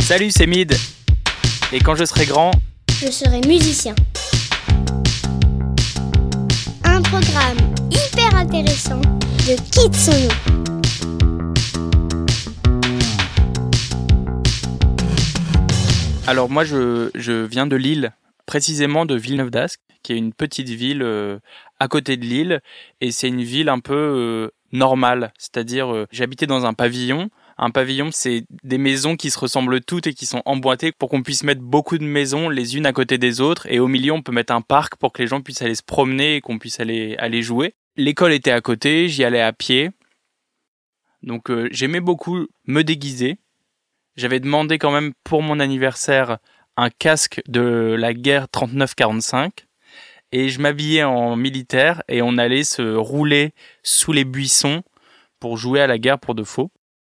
Salut, c'est Mid. Et quand je serai grand, je serai musicien. Un programme hyper intéressant de Kids Sono. Alors moi je viens de Lille, précisément de Villeneuve-d'Ascq, qui est une petite ville à côté de Lille, et c'est une ville un peu normale, c'est-à-dire j'habitais dans un pavillon. Un pavillon, c'est des maisons qui se ressemblent toutes et qui sont emboîtées pour qu'on puisse mettre beaucoup de maisons les unes à côté des autres, et au milieu on peut mettre un parc pour que les gens puissent aller se promener et qu'on puisse aller jouer. L'école était à côté, j'y allais à pied, donc j'aimais beaucoup me déguiser. J'avais demandé quand même pour mon anniversaire un casque de la guerre 39-45 et je m'habillais en militaire et on allait se rouler sous les buissons pour jouer à la guerre pour de faux.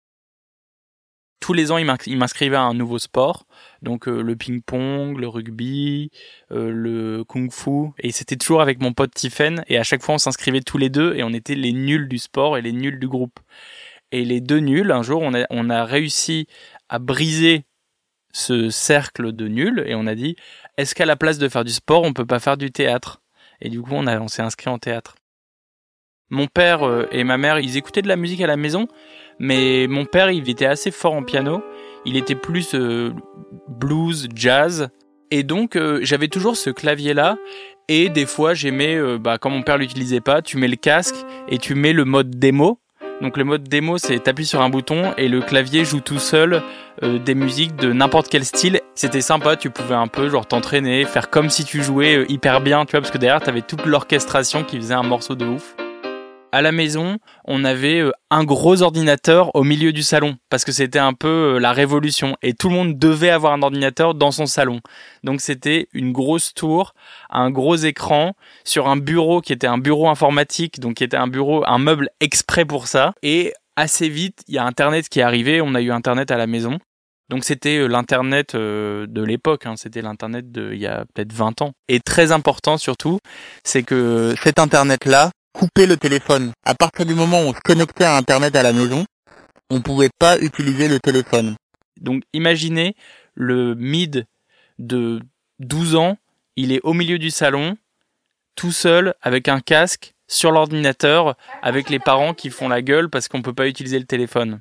Tous les ans, ils m'inscrivaient à un nouveau sport, donc le ping-pong, le rugby, le kung-fu, et c'était toujours avec mon pote Tiffen, et à chaque fois on s'inscrivait tous les deux et on était les nuls du sport et les nuls du groupe. Et les deux nuls, un jour, on a réussi à briser ce cercle de nuls et on a dit est-ce qu'à la place de faire du sport on peut pas faire du théâtre, et du coup on s'est inscrit en théâtre. Mon père et ma mère ils écoutaient de la musique à la maison, mais mon père il était assez fort en piano, il était plus blues, jazz, et donc j'avais toujours ce clavier là, et des fois j'aimais quand mon père l'utilisait pas, tu mets le casque et tu mets le mode démo. Donc le mode démo, c'est t'appuies sur un bouton et le clavier joue tout seul des musiques de n'importe quel style. C'était sympa, tu pouvais un peu genre t'entraîner, faire comme si tu jouais hyper bien, tu vois, parce que derrière t'avais toute l'orchestration qui faisait un morceau de ouf. À la maison, on avait un gros ordinateur au milieu du salon, parce que c'était un peu la révolution, et tout le monde devait avoir un ordinateur dans son salon. Donc c'était une grosse tour, un gros écran, sur un bureau qui était un bureau informatique, donc qui était un meuble exprès pour ça. Et assez vite, il y a Internet qui est arrivé, on a eu Internet à la maison. Donc c'était l'Internet de l'époque, c'était l'Internet il y a peut-être 20 ans. Et très important surtout, c'est que cet Internet-là, couper le téléphone. À partir du moment où on se connectait à Internet à la maison, on pouvait pas utiliser le téléphone. Donc imaginez le mid de 12 ans, il est au milieu du salon, tout seul, avec un casque, sur l'ordinateur, avec les parents qui font la gueule parce qu'on peut pas utiliser le téléphone.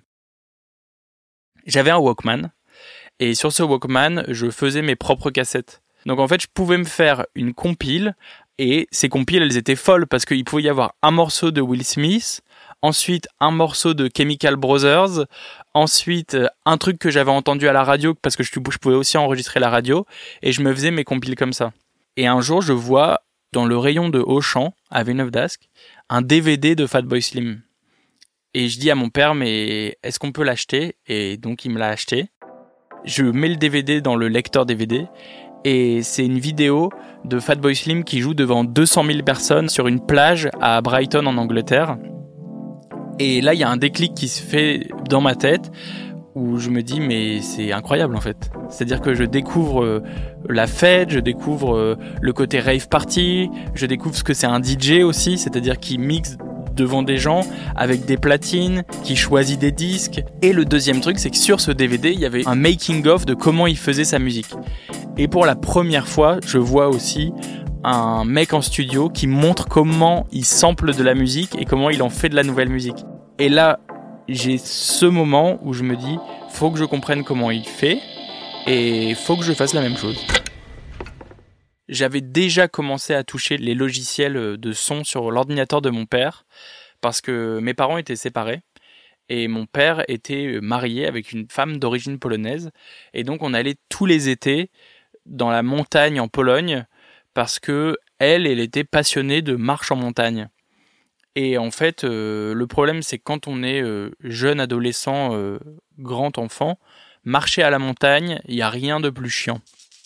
J'avais un Walkman, et sur ce Walkman, je faisais mes propres cassettes. Donc en fait, je pouvais me faire une compile, et ces compiles, elles étaient folles parce qu'il pouvait y avoir un morceau de Will Smith, ensuite un morceau de Chemical Brothers, ensuite un truc que j'avais entendu à la radio parce que je pouvais aussi enregistrer la radio, et je me faisais mes compiles comme ça. Et un jour, je vois dans le rayon de Auchan, à Villeneuve-d'Ascq, un DVD de Fatboy Slim. Et je dis à mon père, mais est-ce qu'on peut l'acheter ? Et donc il me l'a acheté. Je mets le DVD dans le lecteur DVD, et c'est une vidéo de Fatboy Slim qui joue devant 200 000 personnes sur une plage à Brighton en Angleterre. Et là, il y a un déclic qui se fait dans ma tête où je me dis mais c'est incroyable en fait. C'est-à-dire que je découvre la fête, je découvre le côté rave party, je découvre ce que c'est un DJ aussi, c'est-à-dire qui mixe devant des gens avec des platines, qui choisit des disques. Et le deuxième truc, c'est que sur ce DVD, il y avait un making-of de comment il faisait sa musique. Et pour la première fois, je vois aussi un mec en studio qui montre comment il sample de la musique et comment il en fait de la nouvelle musique. Et là, j'ai ce moment où je me dis, faut que je comprenne comment il fait et faut que je fasse la même chose. J'avais déjà commencé à toucher les logiciels de son sur l'ordinateur de mon père parce que mes parents étaient séparés et mon père était marié avec une femme d'origine polonaise, et donc on allait tous les étés dans la montagne en Pologne parce que elle était passionnée de marche en montagne. Et en fait, le problème c'est que quand on est jeune adolescent, grand enfant, marcher à la montagne, il n'y a rien de plus chiant.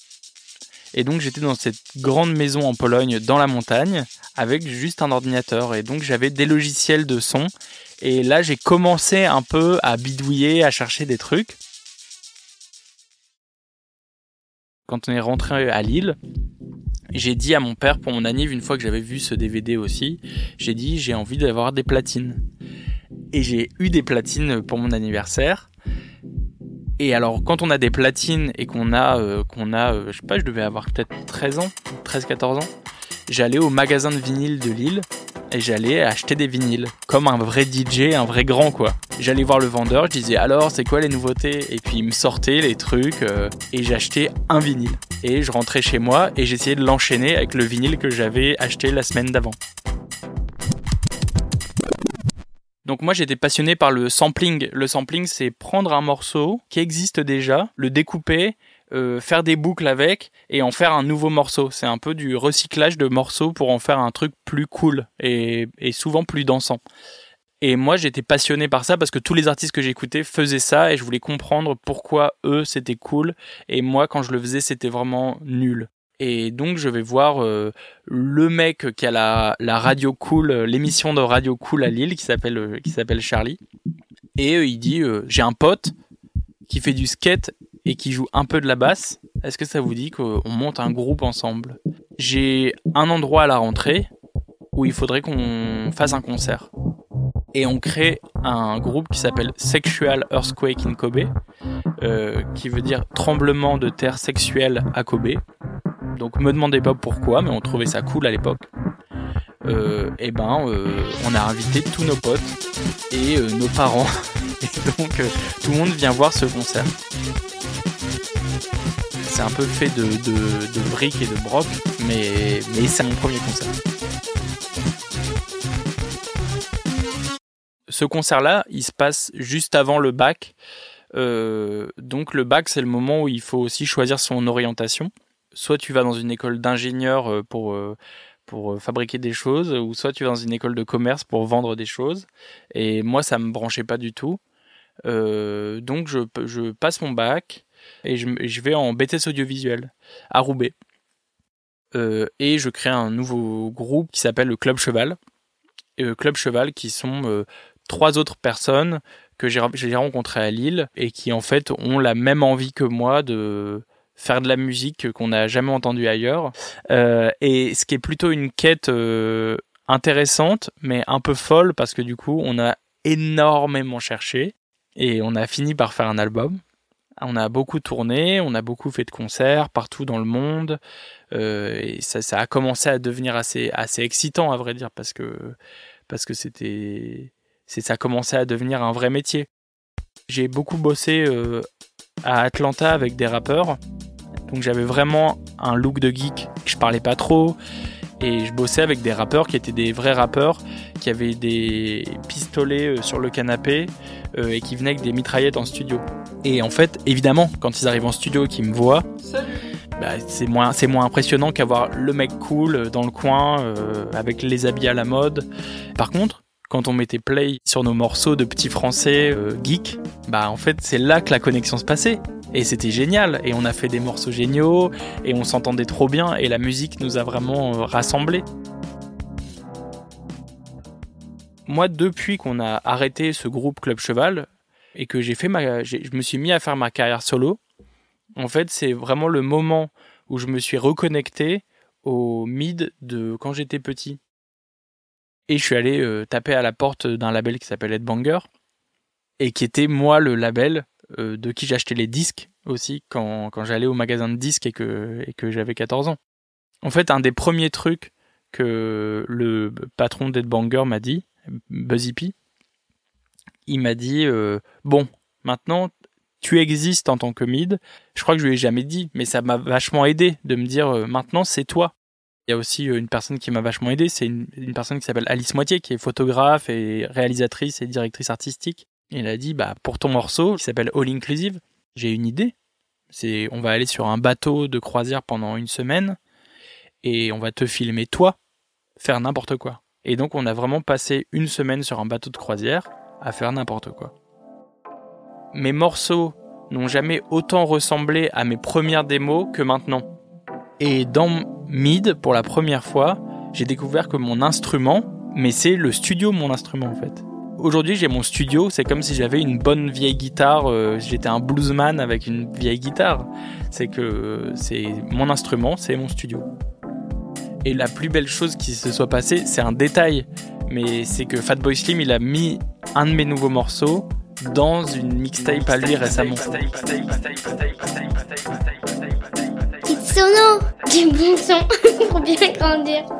Et donc j'étais dans cette grande maison en Pologne, dans la montagne, avec juste un ordinateur. Et donc j'avais des logiciels de son. Et là j'ai commencé un peu à bidouiller, à chercher des trucs. Quand on est rentré à Lille, j'ai dit à mon père pour mon anniv, une fois que j'avais vu ce DVD aussi, j'ai dit j'ai envie d'avoir des platines. Et j'ai eu des platines pour mon anniversaire. Et alors, quand on a des platines et qu'on a, je sais pas, je devais avoir peut-être 13-14 ans, j'allais au magasin de vinyle de Lille et j'allais acheter des vinyles, comme un vrai DJ, un vrai grand quoi. J'allais voir le vendeur, je disais alors c'est quoi les nouveautés, et puis il me sortait les trucs et j'achetais un vinyle. Et je rentrais chez moi et j'essayais de l'enchaîner avec le vinyle que j'avais acheté la semaine d'avant. Donc moi j'étais passionné par le sampling. Le sampling, c'est prendre un morceau qui existe déjà, le découper, faire des boucles avec et en faire un nouveau morceau. C'est un peu du recyclage de morceaux pour en faire un truc plus cool et souvent plus dansant. Et moi j'étais passionné par ça parce que tous les artistes que j'écoutais faisaient ça et je voulais comprendre pourquoi eux c'était cool et moi quand je le faisais c'était vraiment nul. Et donc je vais voir le mec qui a la radio cool, l'émission de radio cool à Lille qui s'appelle Charlie. Et il dit j'ai un pote qui fait du skate et qui joue un peu de la basse. Est-ce que ça vous dit qu'on monte un groupe ensemble ? J'ai un endroit à la rentrée où il faudrait qu'on fasse un concert. Et on crée un groupe qui s'appelle Sexual Earthquake in Kobe, qui veut dire tremblement de terre sexuel à Kobe. Donc me demandez pas pourquoi, mais on trouvait ça cool à l'époque. On a invité tous nos potes et nos parents. Et donc tout le monde vient voir ce concert. C'est un peu fait de briques et de broc, mais c'est mon premier concert. Ce concert-là, il se passe juste avant le bac. Donc le bac, c'est le moment où il faut aussi choisir son orientation. Soit tu vas dans une école d'ingénieur pour fabriquer des choses, ou soit tu vas dans une école de commerce pour vendre des choses. Et moi, ça me branchait pas du tout. Donc je passe mon bac et je vais en BTS audiovisuel à Roubaix. Et je crée un nouveau groupe qui s'appelle le Club Cheval. Club Cheval qui sont 3 autres personnes que j'ai rencontrées à Lille et qui en fait ont la même envie que moi de faire de la musique qu'on n'a jamais entendue ailleurs. Et ce qui est plutôt une quête intéressante, mais un peu folle, parce que du coup, on a énormément cherché et on a fini par faire un album. On a beaucoup tourné, on a beaucoup fait de concerts partout dans le monde. Et ça a commencé à devenir assez excitant, à vrai dire, parce que ça commençait à devenir un vrai métier. J'ai beaucoup bossé à Atlanta avec des rappeurs. Donc j'avais vraiment un look de geek, je parlais pas trop, et je bossais avec des rappeurs qui étaient des vrais rappeurs, qui avaient des pistolets sur le canapé et qui venaient avec des mitraillettes en studio. Et en fait, évidemment, quand ils arrivent en studio et qu'ils me voient, c'est moins impressionnant qu'avoir le mec cool dans le coin avec les habits à la mode. Par contre, quand on mettait play sur nos morceaux de petits français geeks, en fait c'est là que la connexion se passait. Et c'était génial, et on a fait des morceaux géniaux, et on s'entendait trop bien, et la musique nous a vraiment rassemblés. Moi, depuis qu'on a arrêté ce groupe Club Cheval, et que je me suis mis à faire ma carrière solo, en fait, c'est vraiment le moment où je me suis reconnecté au mid de quand j'étais petit. Et je suis allé taper à la porte d'un label qui s'appelle Headbanger, et qui était, moi, le label de qui j'achetais les disques aussi quand j'allais au magasin de disques et que j'avais 14 ans. En fait, un des premiers trucs que le patron d'Headbanger m'a dit, Buzzy P, il m'a dit bon, maintenant tu existes en tant que mid. Je crois que je lui ai jamais dit, mais ça m'a vachement aidé de me dire maintenant c'est toi. Il y a aussi une personne qui m'a vachement aidé, c'est une personne qui s'appelle Alice Moitié, qui est photographe et réalisatrice et directrice artistique. Il a dit pour ton morceau qui s'appelle All Inclusive, j'ai une idée. On va aller sur un bateau de croisière pendant 1 semaine et on va te filmer toi faire n'importe quoi. Et donc on a vraiment passé 1 semaine sur un bateau de croisière à faire n'importe quoi. Mes morceaux n'ont jamais autant ressemblé à mes premières démos que maintenant. Et dans Mid, pour la première fois, j'ai découvert que mon instrument, mais c'est le studio mon instrument en fait. Aujourd'hui, j'ai mon studio, c'est comme si j'avais une bonne vieille guitare, j'étais un bluesman avec une vieille guitare. C'est que c'est mon instrument, c'est mon studio. Et la plus belle chose qui se soit passée, c'est un détail, mais c'est que Fatboy Slim, il a mis un de mes nouveaux morceaux dans une mixtape à lui récemment. Kids Sono, du bon son pour bien grandir.